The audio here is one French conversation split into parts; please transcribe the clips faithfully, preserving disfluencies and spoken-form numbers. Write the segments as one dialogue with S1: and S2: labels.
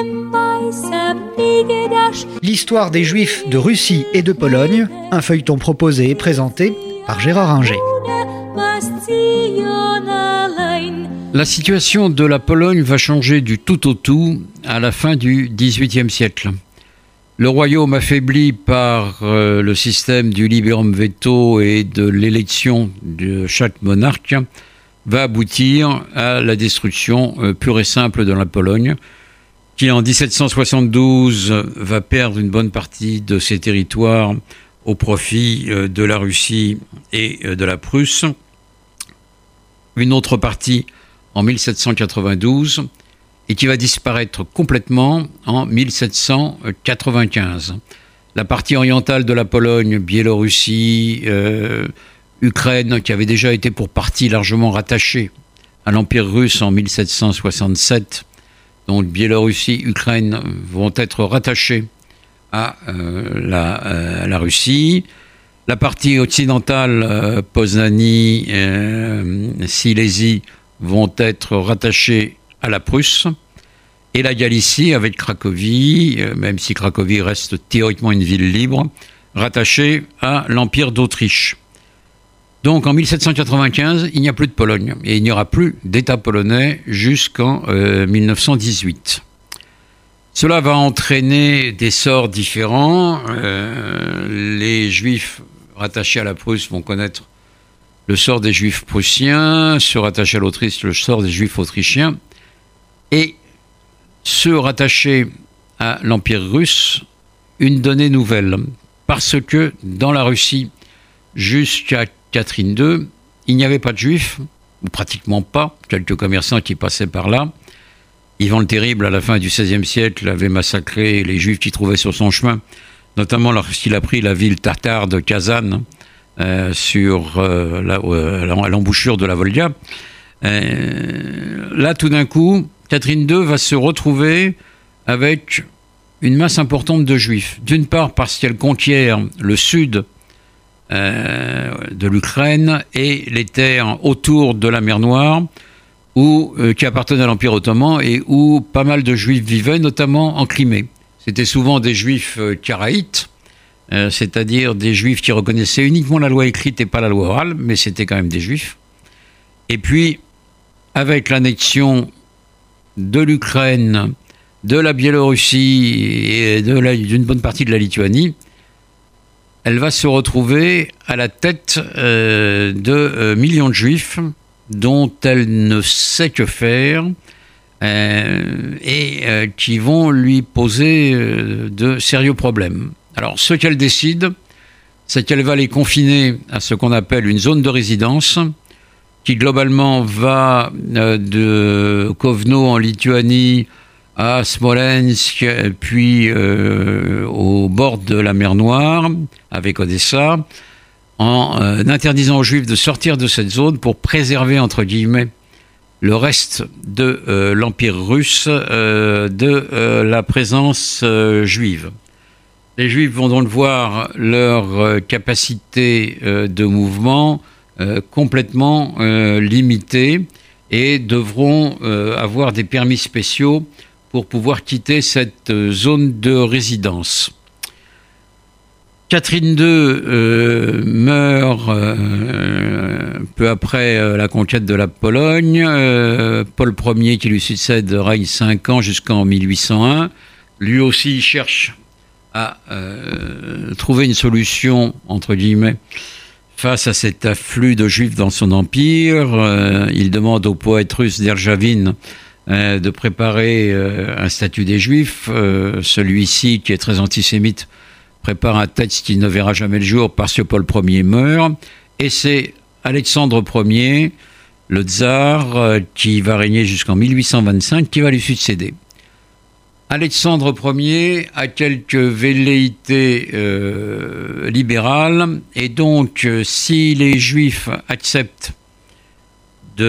S1: L'histoire des Juifs de Russie et de Pologne, un feuilleton proposé et présenté par Gérard Inger.
S2: La situation de la Pologne va changer du tout au tout à la fin du dix-huitième siècle. Le royaume, affaibli par euh, le système du liberum veto et de l'élection de chaque monarque, va aboutir à la destruction euh, pure et simple de la Pologne, qui en dix-sept cent soixante-douze va perdre une bonne partie de ses territoires au profit euh, de la Russie et euh, de la Prusse. Une autre partie en mille sept cent quatre-vingt-douze et qui va disparaître complètement en mille sept cent quatre-vingt-quinze. La partie orientale de la Pologne, Biélorussie, euh, Ukraine, qui avait déjà été pour partie largement rattachée à l'Empire russe en mille sept cent soixante-sept, donc Biélorussie, Ukraine vont être rattachés à euh, la, euh, la Russie. La partie occidentale, euh, Poznanie, euh, Silésie, vont être rattachés à la Prusse. Et la Galicie, avec Cracovie, euh, même si Cracovie reste théoriquement une ville libre, rattachée à l'Empire d'Autriche. Donc en mille sept cent quatre-vingt-quinze, il n'y a plus de Pologne et il n'y aura plus d'État polonais jusqu'en euh, mille neuf cent dix-huit. Cela va entraîner des sorts différents. Euh, les Juifs rattachés à la Prusse vont connaître le sort des Juifs prussiens, ceux rattachés à l'Autriche, le sort des Juifs autrichiens, et ceux rattachés à l'Empire russe, une donnée nouvelle, parce que dans la Russie, jusqu'à Catherine deux, il n'y avait pas de Juifs, ou pratiquement pas, quelques commerçants qui passaient par là. Ivan le Terrible, à la fin du seizième siècle, avait massacré les Juifs qui trouvaient sur son chemin, notamment lorsqu'il a pris la ville tatare de Kazan, euh, sur euh, la, euh, à l'embouchure de la Volga. Euh, là, tout d'un coup, Catherine deux va se retrouver avec une masse importante de Juifs. D'une part, parce qu'elle conquiert le sud euh, de l'Ukraine et les terres autour de la mer Noire, Où, euh, qui appartenaient à l'Empire ottoman et où pas mal de Juifs vivaient, notamment en Crimée. C'était souvent des Juifs euh, karaïtes, euh, c'est-à-dire des Juifs qui reconnaissaient uniquement la loi écrite et pas la loi orale, mais c'était quand même des Juifs. Et puis, avec l'annexion de l'Ukraine, de la Biélorussie et de la, d'une bonne partie de la Lituanie, elle va se retrouver à la tête euh, de euh, millions de Juifs dont elle ne sait que faire euh, et euh, qui vont lui poser euh, de sérieux problèmes. Alors, ce qu'elle décide, c'est qu'elle va les confiner à ce qu'on appelle une zone de résidence qui, globalement, va euh, de Kovno en Lituanie à Smolensk, puis euh, au bord de la mer Noire, avec Odessa, en euh, interdisant aux Juifs de sortir de cette zone pour préserver, entre guillemets, le reste de euh, l'Empire russe euh, de euh, la présence euh, juive. Les Juifs vont donc voir leur euh, capacité euh, de mouvement euh, complètement euh, limitée et devront euh, avoir des permis spéciaux pour pouvoir quitter cette euh, zone de résidence. Catherine deux euh, meurt euh, peu après euh, la conquête de la Pologne. Euh, Paul Ier, qui lui succède, règne cinq ans jusqu'en mille huit cent un. Lui aussi cherche à euh, trouver une solution, entre guillemets, face à cet afflux de Juifs dans son empire. Euh, il demande au poète russe Derzhavin euh, de préparer euh, un statut des Juifs. Euh, celui-ci, qui est très antisémite, prépare un texte qui ne verra jamais le jour parce que Paul Ier meurt. Et c'est Alexandre Ier, le tsar, euh, qui va régner jusqu'en mille huit cent vingt-cinq, qui va lui succéder. Alexandre Ier a quelques velléités euh, libérales, et donc euh, si les Juifs acceptent de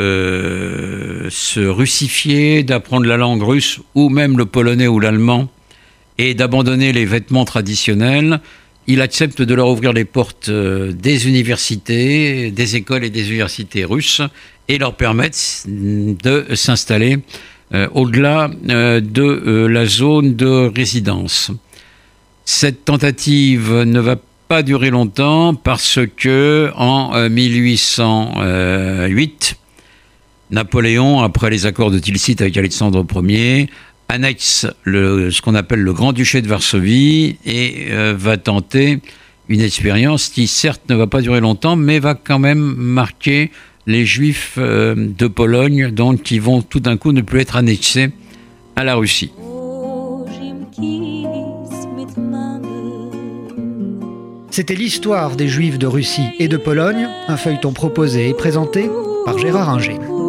S2: euh, se russifier, d'apprendre la langue russe, ou même le polonais ou l'allemand, et d'abandonner les vêtements traditionnels, il accepte de leur ouvrir les portes euh, des universités, des écoles et des universités russes, et leur permettre de s'installer euh, au-delà euh, de euh, la zone de résidence. Cette tentative ne va pas durer longtemps parce que en euh, mille huit cent huit, Napoléon, après les accords de Tilsit avec Alexandre Ier, annexe le, ce qu'on appelle le Grand-Duché de Varsovie et euh, va tenter une expérience qui certes ne va pas durer longtemps, mais va quand même marquer les Juifs euh, de Pologne, donc qui vont tout d'un coup ne plus être annexés à la Russie.
S1: C'était l'histoire des Juifs de Russie et de Pologne, un feuilleton proposé et présenté par Gérard Inger.